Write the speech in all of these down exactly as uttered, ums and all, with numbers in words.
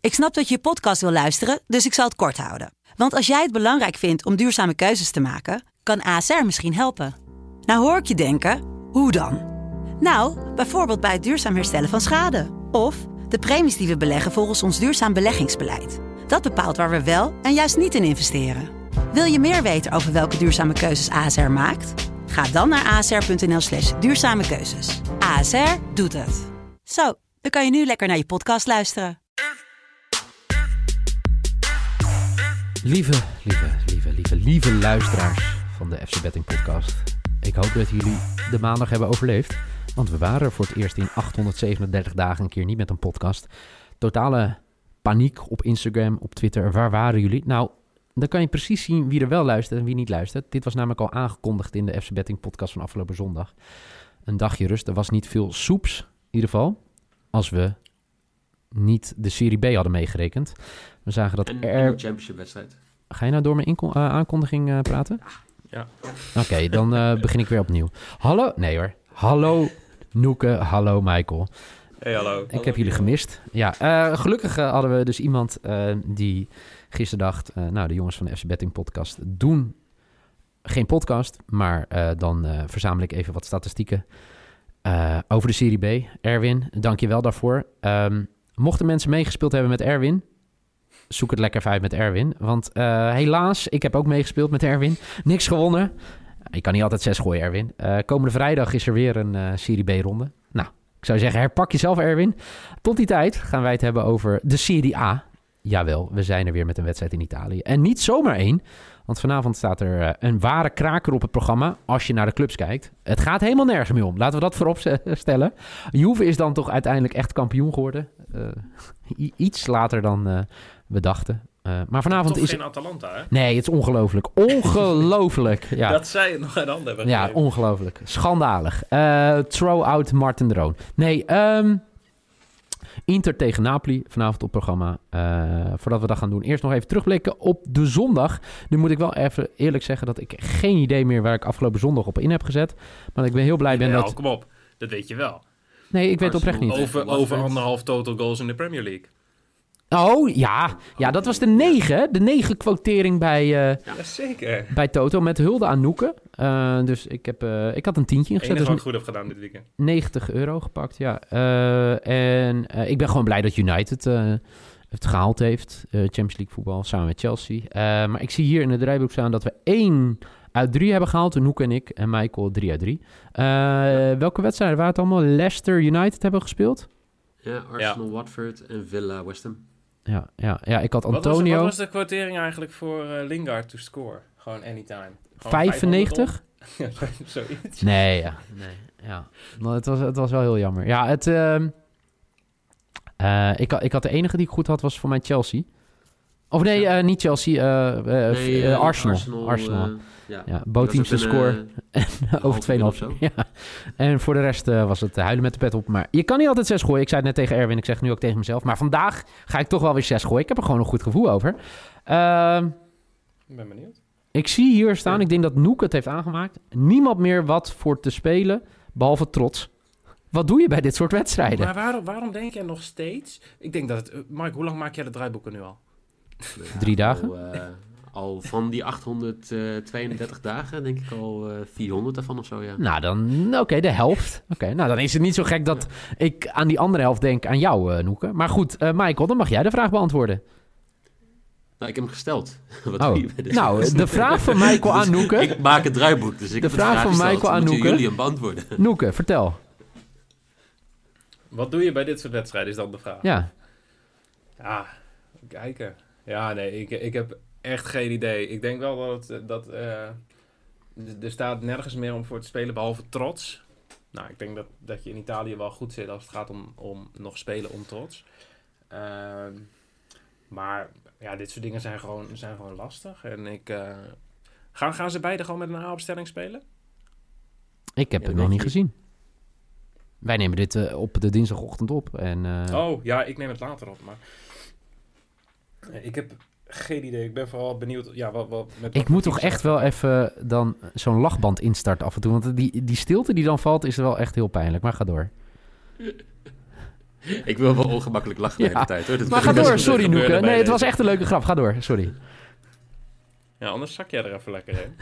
Ik snap dat je je podcast wil luisteren, dus ik zal het kort houden. Want als jij het belangrijk vindt om duurzame keuzes te maken, kan A S R misschien helpen. Nou hoor ik je denken, hoe dan? Nou, bijvoorbeeld bij het duurzaam herstellen van schade. Of de premies die we beleggen volgens ons duurzaam beleggingsbeleid. Dat bepaalt waar we wel en juist niet in investeren. Wil je meer weten over welke duurzame keuzes A S R maakt? Ga dan naar asr.nl slash duurzame keuzes. A S R doet het. Zo, dan kan je nu lekker naar je podcast luisteren. Lieve, lieve, lieve, lieve, lieve luisteraars van de F C Betting Podcast. Ik hoop dat jullie de maandag hebben overleefd. Want we waren voor het eerst in achthonderdzevenendertig dagen een keer niet met een podcast. Totale paniek op Instagram, op Twitter. Waar waren jullie? Nou, dan kan je precies zien wie er wel luistert en wie niet luistert. Dit was namelijk al aangekondigd in de F C Betting Podcast van afgelopen zondag. Een dagje rust. Er was niet veel soeps, in ieder geval. Als we niet de Serie B hadden meegerekend. We zagen dat en, er... en de championship-wedstrijd. Ga je nou door mijn inko- uh, aankondiging uh, praten? Ja. Oké, okay, dan uh, begin ik weer opnieuw. Hallo? Nee hoor. Hallo Noeke, hallo Michael. Hey, hallo. Ik hallo, heb jullie gemist. Ja, uh, gelukkig uh, hadden we dus iemand uh, die gisteren dacht... Uh, nou, de jongens van de F C Betting Podcast doen geen podcast... maar uh, dan uh, verzamel ik even wat statistieken uh, over de Serie B. Erwin, dank je wel daarvoor. Um, mochten mensen meegespeeld hebben met Erwin... zoek het lekker even uit met Erwin. Want uh, helaas, ik heb ook meegespeeld met Erwin. Niks gewonnen. Je kan niet altijd zes gooien, Erwin. Uh, komende vrijdag is er weer een uh, Serie B-ronde. Nou, ik zou zeggen, herpak jezelf, Erwin. Tot die tijd gaan wij het hebben over de Serie A. Jawel, we zijn er weer met een wedstrijd in Italië. En niet zomaar één. Want vanavond staat er uh, een ware kraker op het programma. Als je naar de clubs kijkt. Het gaat helemaal nergens meer om. Laten we dat voorop stellen. Juve is dan toch uiteindelijk echt kampioen geworden. Uh, i- iets later dan uh, we dachten. Uh, maar vanavond toch is geen Atalanta, hè? Nee, het is ongelooflijk. Ongelooflijk. Ja. Dat zij het nog aan de hand hebben Ja, gegeven. ongelooflijk. Schandalig. Uh, throw out Martin de Roon. Nee, um, Inter tegen Napoli vanavond op het programma. Uh, voordat we dat gaan doen, eerst nog even terugblikken op de zondag. Nu moet ik wel even eerlijk zeggen dat ik geen idee meer waar ik afgelopen zondag op in heb gezet. Maar ik ben heel blij ben Ja, dat... kom op. Dat weet je wel. Nee, ik weet Arsenal oprecht niet. Over, over anderhalf total goals in de Premier League. Oh, ja. Ja, dat was de negen. De negen quotering bij, uh, Jazeker. bij Toto met hulde aan Noeke. Uh, dus ik, heb, uh, ik had een tientje Het ingezet. enige Dus wat ik goed heb gedaan dit weekend. negentig euro gepakt, ja. Uh, en uh, ik ben gewoon blij dat United uh, het gehaald heeft. Uh, Champions League voetbal, samen met Chelsea. Uh, maar ik zie hier in het draaiboek staan dat we één uit drie hebben gehaald. Noeke en ik en Michael drie uit drie. Uh, ja. Welke wedstrijden waren het allemaal? Leicester United hebben gespeeld? Ja, Arsenal, ja. Watford en Villa West Ham. Ja, ja, ja, ik had Wat Antonio. was, wat was de quotering eigenlijk voor uh, Lingard to score? Gewoon anytime. Gewoon vijfennegentig? Zoiets. Nee, ja. Nee, ja. Maar het was, het was wel heel jammer. Ja, het... Uh, uh, ik, ik had de enige die ik goed had, was voor mij Chelsea. Of nee, uh, niet Chelsea. Uh, uh, nee, uh, Arsenal. Arsenal. Arsenal. Uh, ja, ja bootteams te score. Uh, over twee komma vijf. Ja. En voor de rest uh, was het huilen met de pet op. Maar je kan niet altijd zes gooien. Ik zei het net tegen Erwin. Ik zeg het nu ook tegen mezelf. Maar vandaag ga ik toch wel weer zes gooien. Ik heb er gewoon een goed gevoel over. Uh, ik ben benieuwd. Ik zie hier staan, ik denk dat Noek het heeft aangemaakt. Niemand meer wat voor te spelen, behalve trots. Wat doe je bij dit soort wedstrijden? Maar waarom, waarom denk jij nog steeds... Ik denk dat het... Uh, Mike, hoe lang maak jij de draaiboeken nu al? Ja, Drie dagen? Al, uh, al van die achthonderdtweeëndertig dagen, denk ik al uh, vierhonderd daarvan of zo, ja. Nou, dan... Oké, okay, de helft. Oké, okay, nou dan is het niet zo gek dat ja. ik aan die andere helft denk aan jou, uh, Noeke. Maar goed, uh, Michael, dan mag jij de vraag beantwoorden. Nou, ik heb hem gesteld. Wat oh. doe je nou, de vraag van Michael aan Noeke... ik maak het draaiboek, dus ik de heb vraag, de vraag van Michael aan Noeke... jullie hem beantwoorden. Noeke, vertel. Wat doe je bij dit soort wedstrijden, is dan de vraag. Ja. Ja, kijken. Ja, nee, ik, ik heb echt geen idee. Ik denk wel dat, het, dat uh, er staat nergens meer om voor te spelen, behalve trots. Nou, ik denk dat, dat je in Italië wel goed zit als het gaat om, om nog spelen om trots. Uh, maar ja, dit soort dingen zijn gewoon, zijn gewoon lastig. En ik... Uh, gaan, gaan ze beide gewoon met een A-opstelling spelen? Ik heb ja, het nog niet gezien. Wij nemen dit uh, op de dinsdagochtend op. En, uh... Oh, ja, ik neem het later op. Maar ik heb geen idee. Ik ben vooral benieuwd. Ja, wat, wat, met ik moet toch echt wel even dan zo'n lachband instarten af en toe. Want die, die stilte die dan valt is wel echt heel pijnlijk. Maar ga door. Ik wil wel ongemakkelijk lachen de Ja. hele tijd. Hoor. Dat Maar ga gebeurt- door, sorry gebeurde Noeke. bij Nee, het was deze. echt een leuke grap. Ga door, sorry. Ja, anders zak jij er even lekker in.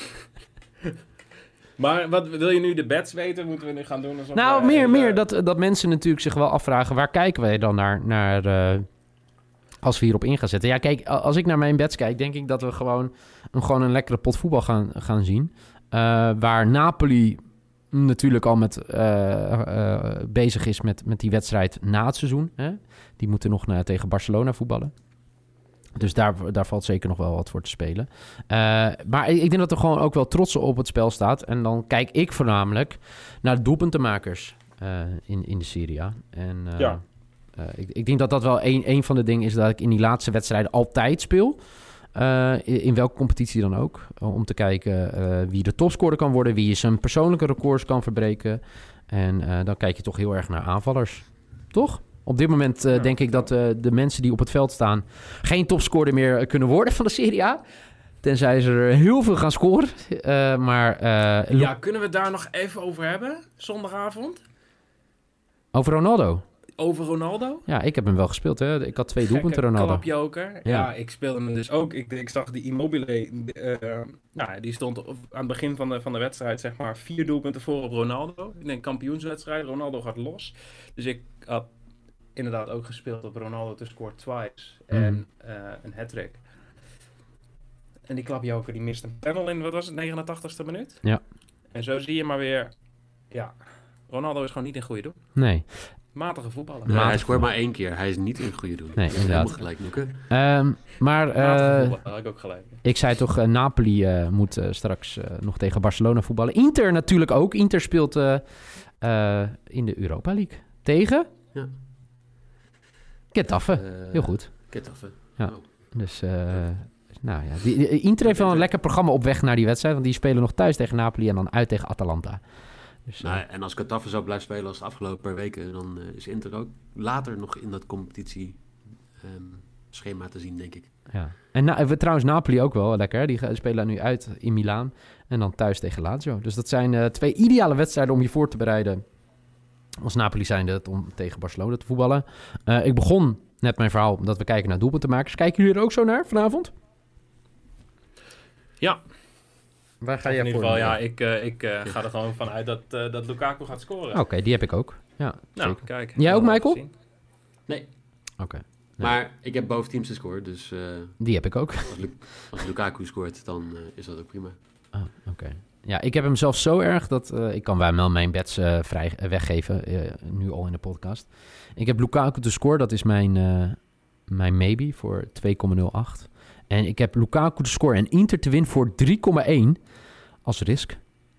Maar wat wil je nu de bets weten? Moeten we nu gaan doen? Alsof Nou, we meer, hele- meer dat, dat mensen natuurlijk zich wel afvragen... waar kijken wij dan naar, naar eh, als we hierop in gaan zetten? Ja, kijk, a- als ik naar mijn bets kijk... denk ik dat we gewoon een, gewoon een lekkere pot voetbal gaan, gaan zien. Uh, waar Napoli natuurlijk al met, uh, uh, bezig is met, met die wedstrijd na het seizoen. Hè? Die moeten nog naar, tegen Barcelona voetballen. Dus daar, daar valt zeker nog wel wat voor te spelen. Uh, maar ik denk dat er gewoon ook wel trots op het spel staat. En dan kijk ik voornamelijk naar de doelpuntenmakers uh, in, in de Serie A. En uh, Ja. uh, ik, ik denk dat dat wel een, een van de dingen is dat ik in die laatste wedstrijden altijd speel. Uh, in, in welke competitie dan ook. Om te kijken uh, wie de topscorer kan worden. Wie zijn persoonlijke records kan verbreken. En uh, dan kijk je toch heel erg naar aanvallers. Toch? Op dit moment uh, ja, denk ik dat uh, de mensen die op het veld staan... geen topscorer meer uh, kunnen worden van de Serie A. Tenzij ze er heel veel gaan scoren. Uh, maar, uh, ja, kunnen we het daar nog even over hebben? Zondagavond? Over Ronaldo? Over Ronaldo? Ja, ik heb hem wel gespeeld. Hè. Ik had twee Gekke doelpunten Ronaldo. klapjoker. Ja. Ja. ja, ik speelde hem dus ook. Ik, ik zag die Immobile... Uh, nou, die stond op, aan het begin van de, van de wedstrijd... zeg maar vier doelpunten voor op Ronaldo. In een kampioenswedstrijd. Ronaldo gaat los. Dus ik had... inderdaad ook gespeeld op Ronaldo te score twice Mm. en uh, een hat-trick. En die klapjoker die mist een panel in, wat was het, negenentachtigste minuut? Ja. En zo zie je maar weer, ja, Ronaldo is gewoon niet in goede doen. Nee. Matige voetballer. Nee, Matige hij scoort maar één keer. Hij is niet in goede doen. Nee, Dat is inderdaad. helemaal gelijk, Noeke. Um, maar Matige uh, voetballer, had ik ook gelijk. ik zei toch, uh, Napoli uh, moet uh, straks uh, nog tegen Barcelona voetballen. Inter natuurlijk ook. Inter speelt uh, uh, in de Europa League. Tegen? Ja. Getafe. Uh, Heel goed. Getafe. Ja. Oh. Dus, uh, nou ja. Die, die, Inter heeft wel een lekker programma op weg naar die wedstrijd. Want die spelen nog thuis tegen Napoli en dan uit tegen Atalanta. Dus, uh, Nou, en als Getafe zo blijft spelen als de afgelopen weken, dan uh, is Inter ook later nog in dat competitie um, schema te zien, denk ik. Ja. En na, we, trouwens Napoli ook wel lekker. Die spelen nu uit in Milaan en dan thuis tegen Lazio. Dus dat zijn uh, twee ideale wedstrijden om je voor te bereiden als Napoli zijnde om tegen Barcelona te voetballen. Uh, ik begon net mijn verhaal omdat we kijken naar doelpuntenmakers. Kijken jullie er ook zo naar vanavond? Ja. Waar ga in jij ieder voor? geval, ja, ik, uh, ik uh, ga er gewoon vanuit dat, uh, dat Lukaku gaat scoren. Oké, okay, die heb ik ook. Ja, nou, zeker. kijk. Jij ook, Michael? Nee. Oké. Okay. Maar ik heb boven teams gescoord, dus... Uh, die heb ik ook. Als, Lu- als Lukaku scoort, dan uh, is dat ook prima. Ah, oké. Okay. Ja, ik heb hem zelf zo erg dat... Uh, ik kan wel mijn bets uh, vrij uh, weggeven, uh, nu al in de podcast. Ik heb Lukaku te scoren, dat is mijn, uh, mijn maybe voor twee komma nul acht. En ik heb Lukaku te scoren en Inter te winnen voor drie komma één als risk.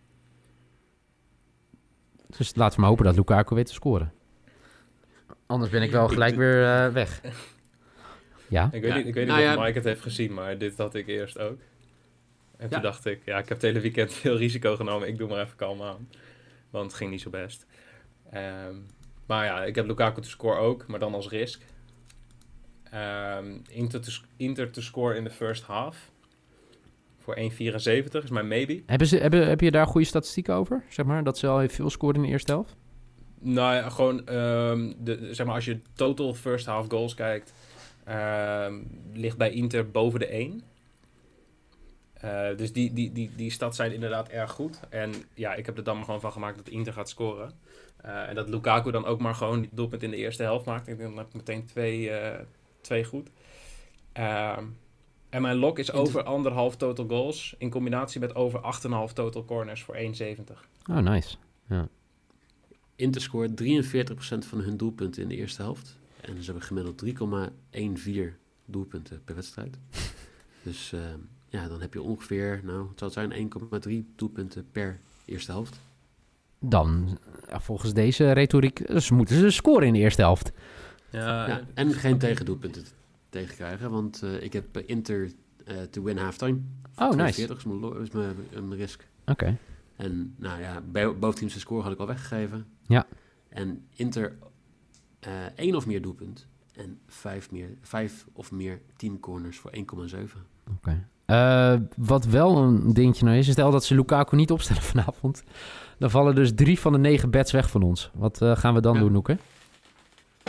Dus laten we maar hopen dat Lukaku weet te scoren. Anders ben ik wel gelijk ik, weer uh, weg. Ja? Ik weet ja. niet, ik weet nou niet ja. of Mike het heeft gezien, maar dit had ik eerst ook. En toen ja. dacht ik, ja, ik heb het hele weekend veel risico genomen. Ik doe maar even kalm aan. Want het ging niet zo best. Um, maar ja, ik heb Lukaku te score ook, maar dan als risk. Um, Inter, te, Inter te score in de first half. Voor één komma vierenzeventig is mijn maybe. Hebben ze, hebben, heb je daar goede statistieken over? Zeg maar, dat ze al veel scoren in de eerste helft? Nou ja, gewoon, um, de, zeg maar, als je total first half goals kijkt, um, ligt bij Inter boven de één. Uh, dus die, die, die, die stats zijn inderdaad erg goed. En ja, ik heb er dan maar gewoon van gemaakt dat Inter gaat scoren. Uh, en dat Lukaku dan ook maar gewoon die doelpunt in de eerste helft maakt. Ik denk dan heb ik meteen twee, uh, twee goed. Uh, en mijn lock is over anderhalf total goals in combinatie met over acht komma vijf total corners voor één komma zeventig. Oh, nice. Ja. Inter scoort drieënveertig procent van hun doelpunten in de eerste helft. En ze hebben gemiddeld drie komma vierzehn doelpunten per wedstrijd. Dus uh, ja, dan heb je ongeveer, nou, het zal zijn één komma drie doelpunten per eerste helft. Dan, ja, volgens deze retoriek, dus moeten ze scoren in de eerste helft. Ja, ja en geen tegendoelpunten tegenkrijgen, want uh, ik heb Inter uh, to win halftime. Oh, nice. tweeënveertig is mijn, is mijn, mijn risk. Oké. Okay. En nou ja, boventeamse score had ik al weggegeven. Ja. En Inter uh, één of meer doelpunt en vijf, meer, vijf of meer teamcorners voor één komma zeven. Oké. Okay. Uh, wat wel een dingetje nou is, stel dat ze Lukaku niet opstellen vanavond. Dan vallen dus drie van de negen bets weg van ons. Wat uh, gaan we dan ja. doen, Noeke?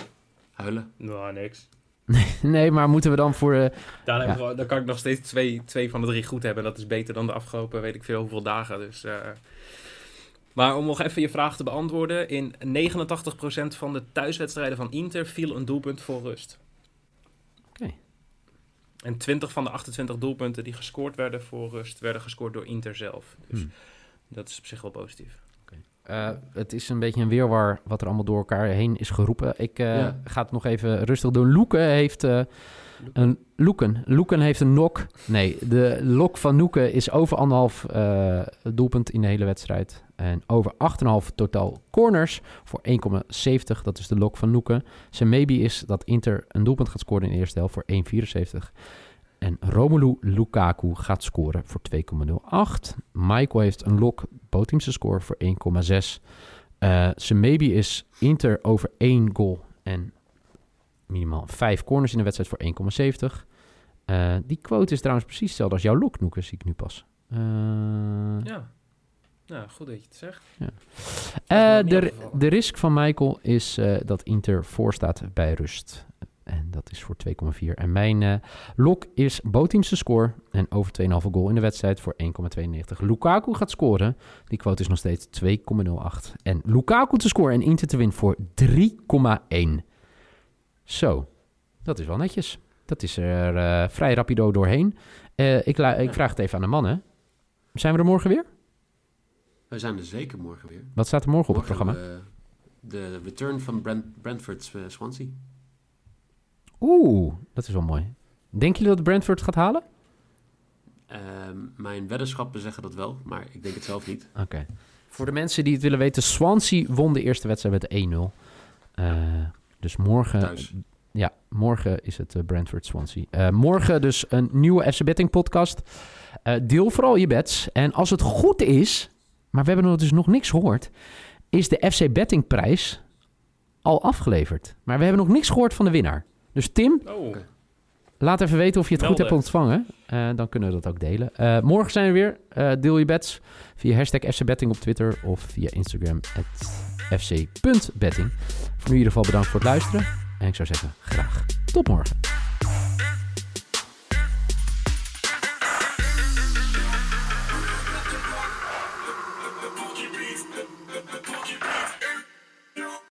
huilen. Nou, niks. Nee, maar moeten we dan voor... Uh, Dan, ja. we, dan kan ik nog steeds twee, twee van de drie goed hebben. Dat is beter dan de afgelopen weet ik veel hoeveel dagen. Dus, uh... Maar om nog even je vraag te beantwoorden. In negenentachtig procent van de thuiswedstrijden van Inter viel een doelpunt voor rust. Oké. Okay. En twintig van de achtentwintig doelpunten die gescoord werden voor rust... werden gescoord door Inter zelf. Dus hmm. dat is op zich wel positief. Uh, het is een beetje een weerwar wat er allemaal door elkaar heen is geroepen. Ik uh, ja. ga het nog even rustig doen. Loeken heeft uh, een... Loeken. Loeken heeft een nok. Nee, de lok van Noeken is over anderhalf uh, doelpunt in de hele wedstrijd. En over acht komma vijf totaal corners voor één komma zeventig. Dat is de lok van Noeken. Zijn maybe is dat Inter een doelpunt gaat scoren in de eerste helft voor één komma vierenzeventig. En Romelu Lukaku gaat scoren voor twee komma nul acht. Michael heeft een lok, bootteamse score voor één komma zes. Uh, zijn maybe is Inter over één goal en minimaal vijf corners in de wedstrijd voor één komma zeventig. Uh, die quote is trouwens precies hetzelfde als jouw lok, Noeke, zie ik nu pas. Uh, ja. ja, goed dat je het zegt. Ja. Uh, de, de risk van Michael is uh, dat Inter voorstaat bij rust. En dat is voor twee komma vier. En mijn uh, lok is bootteamse score. En over twee komma vijf goal in de wedstrijd voor één komma tweeënnegentig. Lukaku gaat scoren. Die quote is nog steeds twee komma nul acht. En Lukaku te scoren en Inter te winnen voor drie komma één. Zo, dat is wel netjes. Dat is er uh, vrij rapido doorheen. Uh, ik, la- ik vraag het even aan de mannen. Zijn we er morgen weer? We zijn er zeker morgen weer. Wat staat er morgen, morgen op het programma? We, de return van Brent, Brentford uh, Swansea. Oeh, dat is wel mooi. Denken jullie dat Brentford gaat halen? Uh, mijn weddenschappen zeggen dat wel, maar ik denk het zelf niet. Oké. Okay. Voor de mensen die het willen weten, Swansea won de eerste wedstrijd met één nul. Uh, dus morgen... Thuis. Ja, morgen is het uh, Brentford Swansea. Uh, morgen dus een nieuwe F C Betting podcast. Uh, deel vooral je bets. En als het goed is, maar we hebben dus nog niks gehoord, is de F C Betting prijs al afgeleverd. Maar we hebben nog niks gehoord van de winnaar. Dus Tim, oh. laat even weten of je het Melden. goed hebt ontvangen. Uh, dan kunnen we dat ook delen. Uh, morgen zijn we weer. Uh, deel je bets via hashtag F C Betting op Twitter of via Instagram at f c punt betting. Voor nu in ieder geval bedankt voor het luisteren. En ik zou zeggen, graag tot morgen.